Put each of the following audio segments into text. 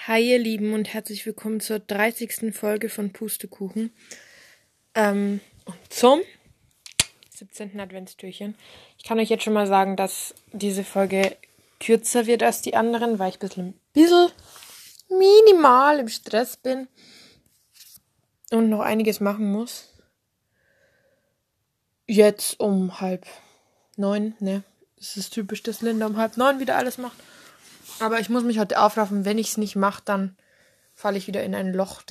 Hi ihr Lieben und herzlich willkommen zur 30. Folge von Pustekuchen und zum 17. Adventstürchen. Ich kann euch jetzt schon mal sagen, dass diese Folge kürzer wird als die anderen, weil ich ein bisschen minimal im Stress bin und noch einiges machen muss. Jetzt um 8:30, ne? Das ist typisch, dass Linda um 8:30 wieder alles macht. Aber ich muss mich heute aufraffen. Wenn ich es nicht mache, dann falle ich wieder in ein Loch.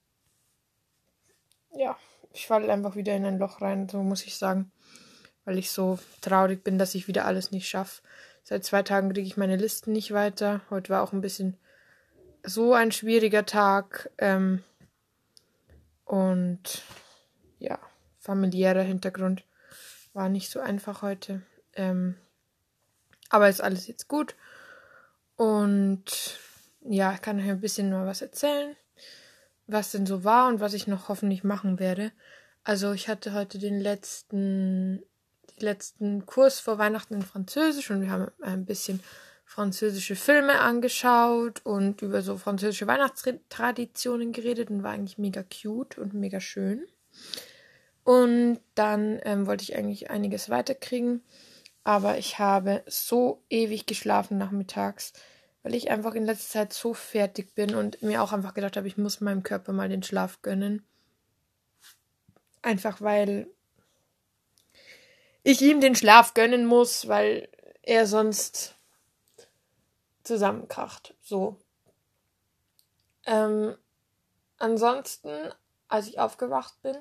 Ich falle einfach wieder in ein Loch rein, so muss ich sagen. Weil ich so traurig bin, dass ich wieder alles nicht schaffe. Seit 2 Tagen kriege ich meine Listen nicht weiter. Heute war auch ein bisschen so ein schwieriger Tag. Und ja, familiärer Hintergrund war nicht so einfach heute. Aber ist alles jetzt gut. Und ja, ich kann euch ein bisschen mal was erzählen, was denn so war und was ich noch hoffentlich machen werde. Also ich hatte heute den letzten Kurs vor Weihnachten in Französisch und wir haben ein bisschen französische Filme angeschaut und über so französische Weihnachtstraditionen geredet und war eigentlich mega cute und mega schön. Und dann wollte ich eigentlich einiges weiterkriegen, aber ich habe so ewig geschlafen nachmittags, weil ich einfach in letzter Zeit so fertig bin und mir auch einfach gedacht habe, ich muss meinem Körper mal den Schlaf gönnen. Einfach weil ich ihm den Schlaf gönnen muss, weil er sonst zusammenkracht. So. Ansonsten, als ich aufgewacht bin,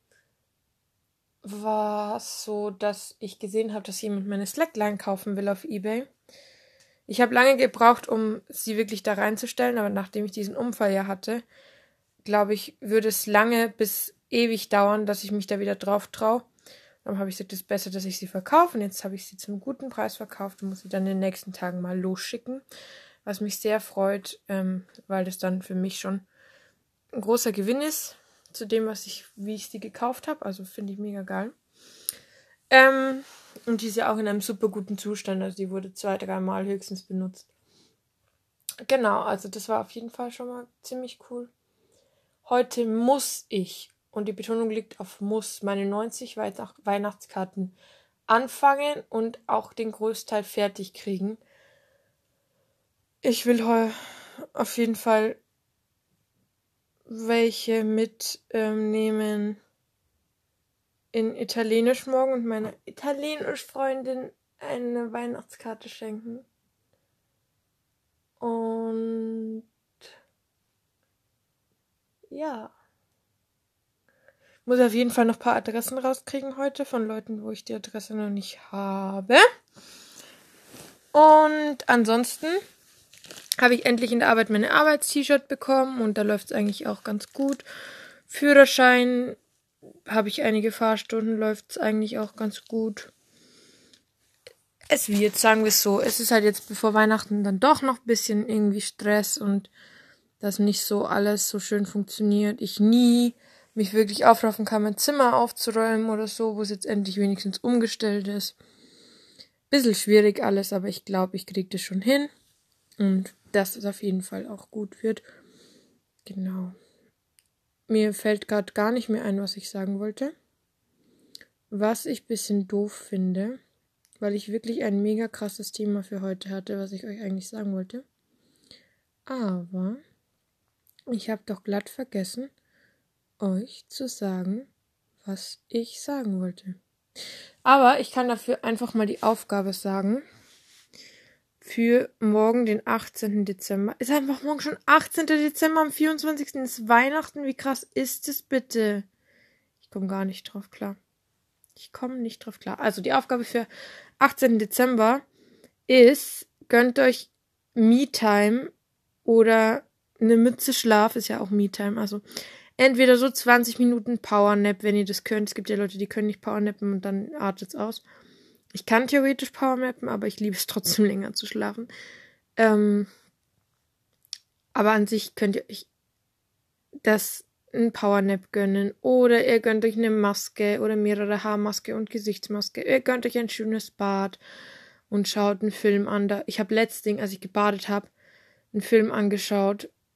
war es so, dass ich gesehen habe, dass jemand meine Slackline kaufen will auf eBay. Ich habe lange gebraucht, um sie wirklich da reinzustellen, aber nachdem ich diesen Unfall ja hatte, glaube ich, würde es lange bis ewig dauern, dass ich mich da wieder drauf traue. Dann habe ich gesagt, es ist besser, dass ich sie verkaufe. Und jetzt habe ich sie zum guten Preis verkauft und muss sie dann in den nächsten Tagen mal losschicken. Was mich sehr freut, weil das dann für mich schon ein großer Gewinn ist zu dem, wie ich sie gekauft habe. Also finde ich mega geil. Und die ist ja auch in einem super guten Zustand. Also die wurde 2-3 Mal höchstens benutzt. Genau, also das war auf jeden Fall schon mal ziemlich cool. Heute muss ich, und die Betonung liegt auf muss, meine 90 Weihnachtskarten anfangen und auch den Großteil fertig kriegen. Ich will auf jeden Fall welche mitnehmen in Italienisch morgen und meiner Italienisch-Freundin eine Weihnachtskarte schenken. Und ja. Muss auf jeden Fall noch ein paar Adressen rauskriegen heute von Leuten, wo ich die Adresse noch nicht habe. Und ansonsten habe ich endlich in der Arbeit meine Arbeits-T-Shirt bekommen und da läuft es eigentlich auch ganz gut. Führerschein habe ich einige Fahrstunden, läuft es eigentlich auch ganz gut. Es wird, sagen wir es so, es ist halt jetzt bevor Weihnachten dann doch noch ein bisschen irgendwie Stress und dass nicht so alles so schön funktioniert. Ich nie mich wirklich aufraffen kann, mein Zimmer aufzuräumen oder so, wo es jetzt endlich wenigstens umgestellt ist. Bisschen schwierig alles, aber ich glaube, ich kriege das schon hin. Und dass es auf jeden Fall auch gut wird. Genau. Mir fällt gerade gar nicht mehr ein, was ich sagen wollte. Was ich ein bisschen doof finde, weil ich wirklich ein mega krasses Thema für heute hatte, was ich euch eigentlich sagen wollte. Aber ich habe doch glatt vergessen, euch zu sagen, was ich sagen wollte. Aber ich kann dafür einfach mal die Aufgabe sagen. Für morgen, den 18. Dezember. Ist einfach morgen schon 18. Dezember, am 24. ist Weihnachten. Wie krass ist es bitte? Ich komme gar nicht drauf klar. Also die Aufgabe für 18. Dezember ist, gönnt euch Me-Time oder eine Mütze Schlaf, ist ja auch Me-Time. Also entweder so 20 Minuten Powernap, wenn ihr das könnt. Es gibt ja Leute, die können nicht Powernappen und dann artet es aus. Ich kann theoretisch Powernappen, aber ich liebe es trotzdem länger zu schlafen. Aber an sich könnt ihr euch das ein Powernap gönnen. Oder ihr gönnt euch eine Maske oder mehrere Haarmaske und Gesichtsmaske. Ihr gönnt euch ein schönes Bad und schaut einen Film an. Ich habe letztens, als ich gebadet habe, einen Film angeschaut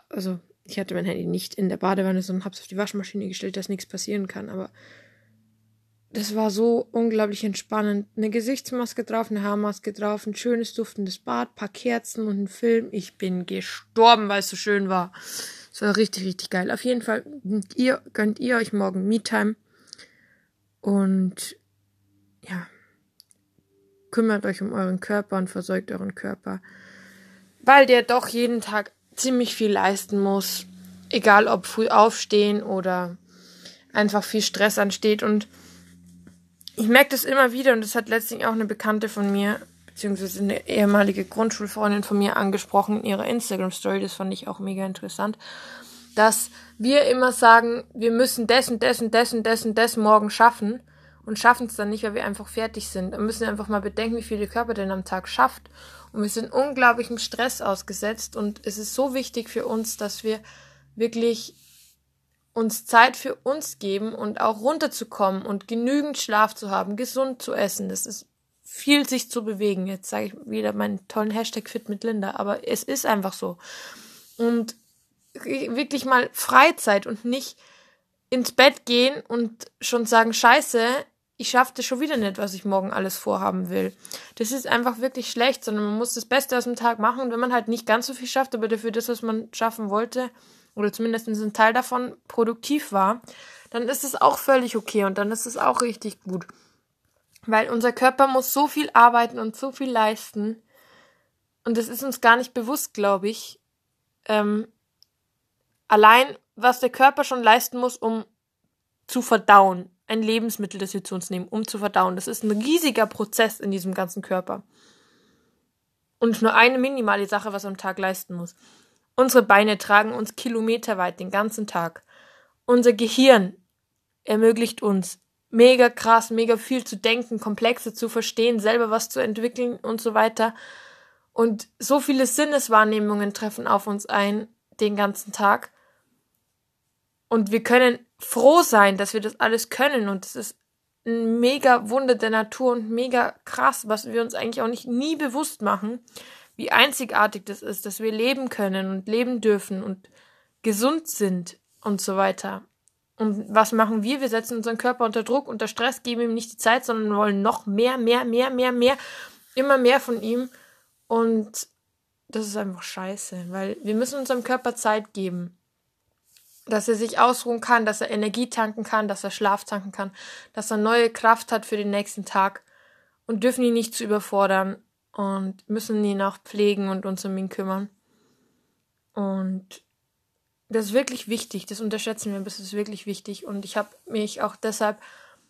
also ich hatte mein Handy nicht in der Badewanne, sondern habe es auf die Waschmaschine gestellt, dass nichts passieren kann, aber das war so unglaublich entspannend. Eine Gesichtsmaske drauf, eine Haarmaske drauf, ein schönes duftendes Bad, paar Kerzen und ein Film. Ich bin gestorben, weil es so schön war. Es war richtig, richtig geil. Auf jeden Fall gönnt ihr euch morgen Me-Time und ja, kümmert euch um euren Körper und versorgt euren Körper, weil der doch jeden Tag ziemlich viel leisten muss, egal ob früh aufstehen oder einfach viel Stress ansteht. Und ich merke das immer wieder, und das hat letztlich auch eine Bekannte von mir, beziehungsweise eine ehemalige Grundschulfreundin von mir angesprochen in ihrer Instagram-Story, das fand ich auch mega interessant, dass wir immer sagen, wir müssen das morgen schaffen und schaffen es dann nicht, weil wir einfach fertig sind. Wir müssen einfach mal bedenken, wie viel der Körper denn am Tag schafft. Und wir sind unglaublichem Stress ausgesetzt, und es ist so wichtig für uns, dass wir wirklich uns Zeit für uns geben und auch runterzukommen und genügend Schlaf zu haben, gesund zu essen. Das ist viel, sich zu bewegen. Jetzt sage ich wieder meinen tollen Hashtag Fit mit Linda, aber es ist einfach so. Und wirklich mal Freizeit und nicht ins Bett gehen und schon sagen, scheiße, ich schaffe das schon wieder nicht, was ich morgen alles vorhaben will. Das ist einfach wirklich schlecht, sondern man muss das Beste aus dem Tag machen, und wenn man halt nicht ganz so viel schafft, aber dafür das, was man schaffen wollte, oder zumindest ein Teil davon produktiv war, dann ist es auch völlig okay und dann ist es auch richtig gut. Weil unser Körper muss so viel arbeiten und so viel leisten, und das ist uns gar nicht bewusst, glaube ich. Allein, was der Körper schon leisten muss, um zu verdauen. Ein Lebensmittel, das wir zu uns nehmen, um zu verdauen. Das ist ein riesiger Prozess in diesem ganzen Körper. Und nur eine minimale Sache, was er am Tag leisten muss. Unsere Beine tragen uns kilometerweit den ganzen Tag. Unser Gehirn ermöglicht uns mega krass, mega viel zu denken, Komplexe zu verstehen, selber was zu entwickeln und so weiter. Und so viele Sinneswahrnehmungen treffen auf uns ein den ganzen Tag. Und wir können froh sein, dass wir das alles können. Und es ist ein mega Wunder der Natur und mega krass, was wir uns eigentlich auch nie bewusst machen, wie einzigartig das ist, dass wir leben können und leben dürfen und gesund sind und so weiter. Und was machen wir? Wir setzen unseren Körper unter Druck, unter Stress, geben ihm nicht die Zeit, sondern wollen noch mehr, immer mehr von ihm. Und das ist einfach scheiße, weil wir müssen unserem Körper Zeit geben, dass er sich ausruhen kann, dass er Energie tanken kann, dass er Schlaf tanken kann, dass er neue Kraft hat für den nächsten Tag, und dürfen ihn nicht zu überfordern und müssen ihn auch pflegen und uns um ihn kümmern. Und das ist wirklich wichtig, das unterschätzen wir, das ist wirklich wichtig. Und ich habe mich auch deshalb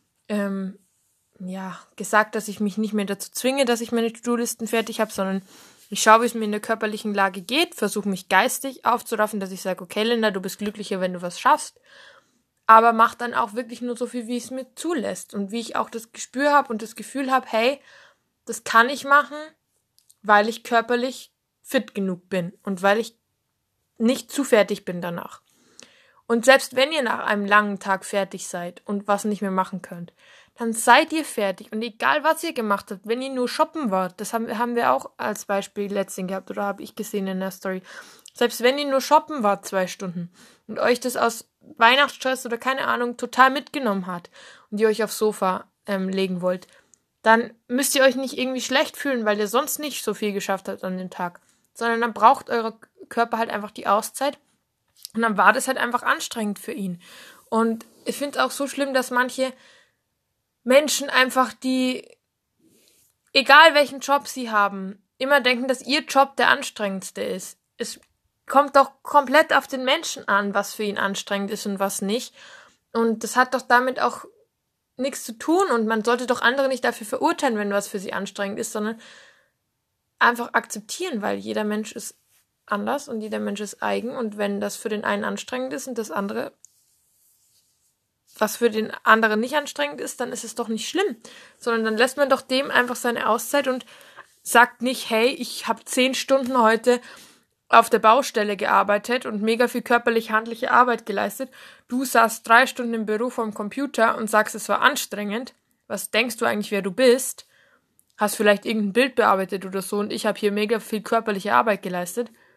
gesagt, dass ich mich nicht mehr dazu zwinge, dass ich meine To-Do-Listen fertig habe, sondern ich schaue, wie es mir in der körperlichen Lage geht, versuche mich geistig aufzuraffen, dass ich sage, okay, Linda, du bist glücklicher, wenn du was schaffst, aber mach dann auch wirklich nur so viel, wie es mir zulässt und wie ich auch das Gespür habe und das Gefühl habe, hey, das kann ich machen, weil ich körperlich fit genug bin und weil ich nicht zu fertig bin danach. Und selbst wenn ihr nach einem langen Tag fertig seid und was nicht mehr machen könnt, dann seid ihr fertig. Und egal, was ihr gemacht habt, wenn ihr nur shoppen wart, das haben wir auch als Beispiel letztens gehabt, oder habe ich gesehen in der Story. Selbst wenn ihr nur shoppen wart 2 Stunden und euch das aus Weihnachtsstress oder keine Ahnung total mitgenommen hat und ihr euch aufs Sofa legen wollt, dann müsst ihr euch nicht irgendwie schlecht fühlen, weil ihr sonst nicht so viel geschafft habt an dem Tag. Sondern dann braucht euer Körper halt einfach die Auszeit. Und dann war das halt einfach anstrengend für ihn. Und ich finde es auch so schlimm, dass manche Menschen einfach, die, egal welchen Job sie haben, immer denken, dass ihr Job der anstrengendste ist. Es kommt doch komplett auf den Menschen an, was für ihn anstrengend ist und was nicht. Und das hat doch damit auch nichts zu tun. Und man sollte doch andere nicht dafür verurteilen, wenn was für sie anstrengend ist, sondern einfach akzeptieren, weil jeder Mensch ist anders und jeder Mensch ist eigen, und wenn das für den einen anstrengend ist und das andere, was für den anderen nicht anstrengend ist, dann ist es doch nicht schlimm, sondern dann lässt man doch dem einfach seine Auszeit und sagt nicht, hey, ich habe 10 Stunden heute auf der Baustelle gearbeitet und mega viel körperlich handliche Arbeit geleistet. Du saßt 3 Stunden im Büro vorm Computer und sagst, es war anstrengend. Was denkst du eigentlich, wer du bist? Hast vielleicht irgendein Bild bearbeitet oder so, und ich habe hier mega viel körperliche Arbeit geleistet.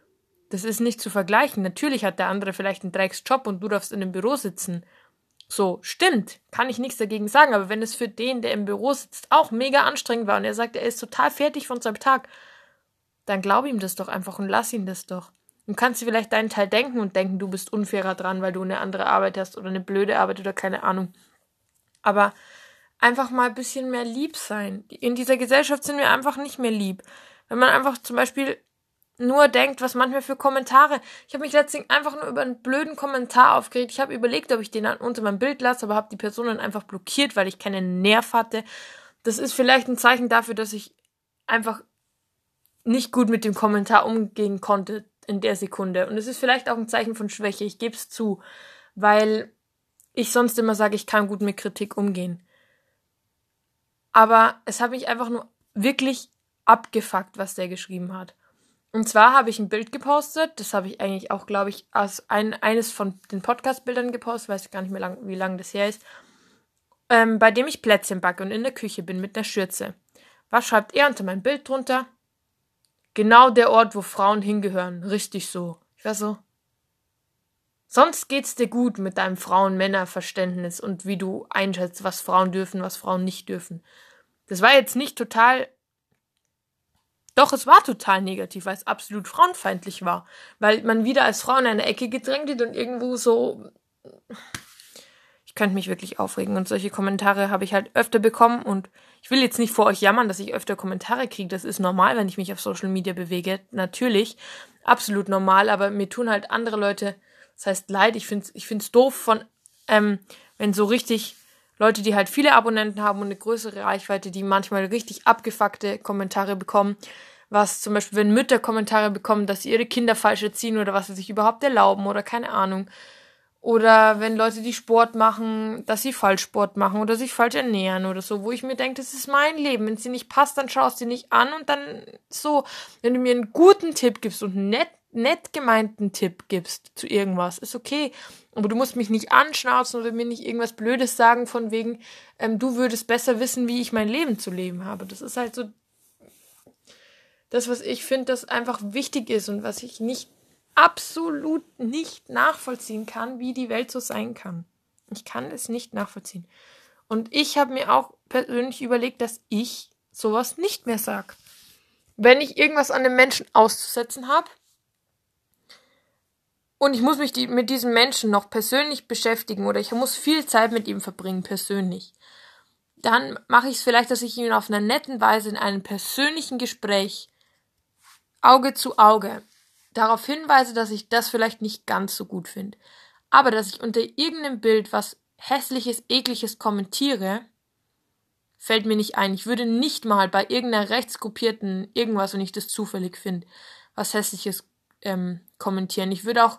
Das ist nicht zu vergleichen. Natürlich hat der andere vielleicht einen Drecksjob und du darfst in einem Büro sitzen. So, stimmt, kann ich nichts dagegen sagen, aber wenn es für den, der im Büro sitzt, auch mega anstrengend war und er sagt, er ist total fertig von seinem Tag, dann glaub ihm das doch einfach und lass ihn das doch. Du kannst dir vielleicht deinen Teil denken und denken, du bist unfairer dran, weil du eine andere Arbeit hast oder eine blöde Arbeit oder keine Ahnung. Aber einfach mal ein bisschen mehr lieb sein. In dieser Gesellschaft sind wir einfach nicht mehr lieb. Wenn man einfach zum Beispiel nur denkt, was manchmal für Kommentare. Ich habe mich letztens einfach nur über einen blöden Kommentar aufgeregt. Ich habe überlegt, ob ich den unter meinem Bild lasse, aber habe die Person dann einfach blockiert, weil ich keinen Nerv hatte. Das ist vielleicht ein Zeichen dafür, dass ich einfach nicht gut mit dem Kommentar umgehen konnte in der Sekunde. Und es ist vielleicht auch ein Zeichen von Schwäche, ich gebe es zu, weil ich sonst immer sage, ich kann gut mit Kritik umgehen. Aber es hat mich einfach nur wirklich abgefuckt, was der geschrieben hat. Und zwar habe ich ein Bild gepostet, das habe ich eigentlich auch, glaube ich, als eines von den Podcast-Bildern gepostet, weiß ich gar nicht mehr, wie lang das her ist, bei dem ich Plätzchen backe und in der Küche bin mit einer Schürze. Was schreibt er unter mein Bild drunter? Genau der Ort, wo Frauen hingehören. Richtig so. Ich war so. Sonst geht's dir gut mit deinem Frauen-Männer-Verständnis und wie du einschätzt, was Frauen dürfen, was Frauen nicht dürfen. Das war jetzt nicht total. Doch, es war total negativ, weil es absolut frauenfeindlich war. Weil man wieder als Frau in eine Ecke gedrängt wird und irgendwo so. Ich könnte mich wirklich aufregen und solche Kommentare habe ich halt öfter bekommen und ich will jetzt nicht vor euch jammern, dass ich öfter Kommentare kriege. Das ist normal, wenn ich mich auf Social Media bewege. Natürlich, absolut normal, aber mir tun halt andere Leute, das heißt leid, ich find's doof wenn so richtig Leute, die halt viele Abonnenten haben und eine größere Reichweite, die manchmal richtig abgefuckte Kommentare bekommen, was zum Beispiel, wenn Mütter Kommentare bekommen, dass sie ihre Kinder falsch erziehen oder was sie sich überhaupt erlauben oder keine Ahnung. Oder wenn Leute, die Sport machen, dass sie falsch Sport machen oder sich falsch ernähren oder so, wo ich mir denke, das ist mein Leben. Wenn es dir nicht passt, dann schaust du nicht an und dann so, wenn du mir einen guten Tipp gibst und einen nett gemeinten Tipp gibst zu irgendwas, ist okay. Aber du musst mich nicht anschnauzen oder mir nicht irgendwas Blödes sagen von wegen, du würdest besser wissen, wie ich mein Leben zu leben habe. Das ist halt so das, was ich finde, das einfach wichtig ist und was ich absolut nicht nachvollziehen kann, wie die Welt so sein kann. Ich kann es nicht nachvollziehen. Und ich habe mir auch persönlich überlegt, dass ich sowas nicht mehr sage. Wenn ich irgendwas an dem Menschen auszusetzen habe und ich muss mich mit diesem Menschen noch persönlich beschäftigen oder ich muss viel Zeit mit ihm verbringen, persönlich, dann mache ich es vielleicht, dass ich ihn auf einer netten Weise in einem persönlichen Gespräch Auge zu Auge darauf hinweise, dass ich das vielleicht nicht ganz so gut finde. Aber dass ich unter irgendeinem Bild was Hässliches, Ekliges kommentiere, fällt mir nicht ein. Ich würde nicht mal bei irgendeiner rechtsgruppierten irgendwas, wenn ich das zufällig finde, was Hässliches kommentieren. Ich würde auch,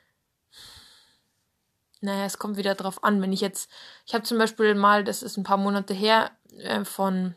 es kommt wieder drauf an, wenn ich habe zum Beispiel mal, das ist ein paar Monate her, von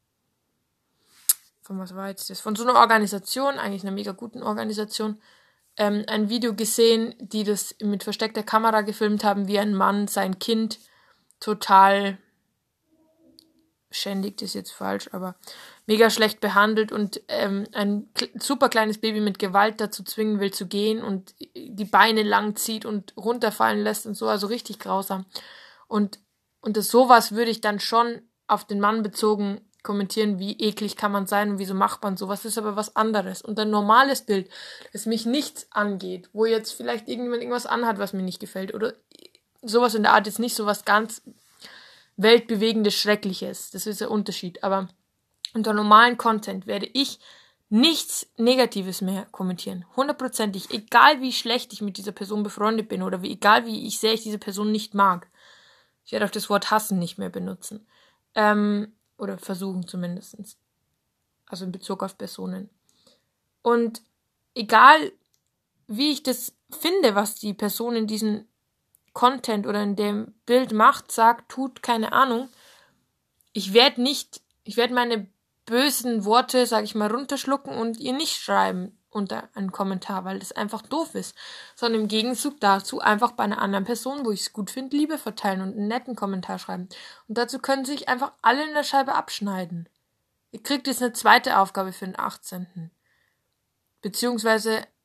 was war jetzt das? Von so einer Organisation, eigentlich einer mega guten Organisation, ein Video gesehen, die das mit versteckter Kamera gefilmt haben, wie ein Mann sein Kind total schändigt, ist jetzt falsch, aber mega schlecht behandelt und ein super kleines Baby mit Gewalt dazu zwingen will zu gehen und die Beine lang zieht und runterfallen lässt und so, also richtig grausam. Und sowas würde ich dann schon auf den Mann bezogen kommentieren, wie eklig kann man sein und wieso macht man sowas, ist aber was anderes. Und ein normales Bild, das mich nichts angeht, wo jetzt vielleicht irgendjemand irgendwas anhat, was mir nicht gefällt oder sowas in der Art, jetzt nicht sowas ganz weltbewegendes, Schreckliches, das ist der Unterschied, aber unter normalen Content werde ich nichts Negatives mehr kommentieren, 100%, egal wie schlecht ich mit dieser Person befreundet bin oder egal wie sehr ich diese Person nicht mag. Ich werde auch das Wort hassen nicht mehr benutzen. Oder versuchen zumindest. Also in Bezug auf Personen. Und egal, wie ich das finde, was die Person in diesem Content oder in dem Bild macht, sagt, tut, keine Ahnung, ich werde meine bösen Worte, sage ich mal, runterschlucken und ihr nicht schreiben unter einen Kommentar, weil das einfach doof ist, sondern im Gegenzug dazu einfach bei einer anderen Person, wo ich es gut finde, Liebe verteilen und einen netten Kommentar schreiben. Und dazu können sich einfach alle in der Scheibe abschneiden. Ihr kriegt jetzt eine zweite Aufgabe für den 18. Beziehungsweise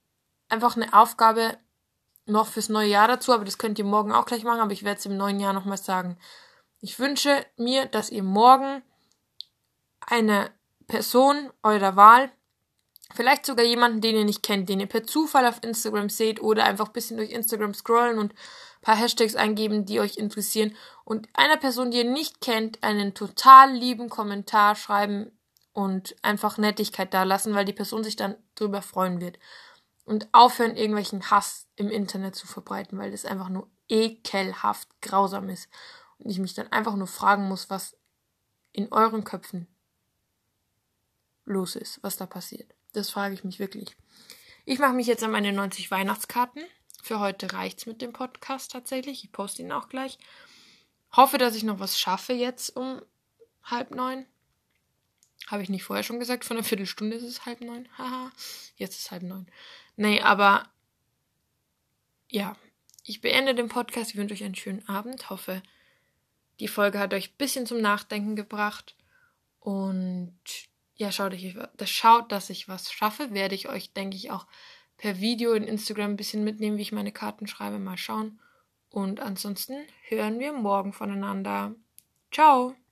einfach eine Aufgabe noch fürs neue Jahr dazu, aber das könnt ihr morgen auch gleich machen, aber ich werde es im neuen Jahr nochmal sagen. Ich wünsche mir, dass ihr morgen eine Person eurer Wahl, vielleicht sogar jemanden, den ihr nicht kennt, den ihr per Zufall auf Instagram seht oder einfach ein bisschen durch Instagram scrollen und ein paar Hashtags eingeben, die euch interessieren und einer Person, die ihr nicht kennt, einen total lieben Kommentar schreiben und einfach Nettigkeit dalassen, weil die Person sich dann drüber freuen wird. Und aufhören, irgendwelchen Hass im Internet zu verbreiten, weil das einfach nur ekelhaft grausam ist. Und ich mich dann einfach nur fragen muss, was in euren Köpfen los ist, was da passiert. Das frage ich mich wirklich. Ich mache mich jetzt an meine 90 Weihnachtskarten. Für heute reicht's mit dem Podcast tatsächlich. Ich poste ihn auch gleich. Hoffe, dass ich noch was schaffe jetzt um 8:30. Habe ich nicht vorher schon gesagt? Von einer Viertelstunde ist es 8:30. Haha, jetzt ist es 8:30. Nee, aber ja, ich beende den Podcast. Ich wünsche euch einen schönen Abend. Hoffe, die Folge hat euch ein bisschen zum Nachdenken gebracht. Und ja, schaut, dass ich was schaffe. Werde ich euch, denke ich, auch per Video in Instagram ein bisschen mitnehmen, wie ich meine Karten schreibe. Mal schauen. Und ansonsten hören wir morgen voneinander. Ciao!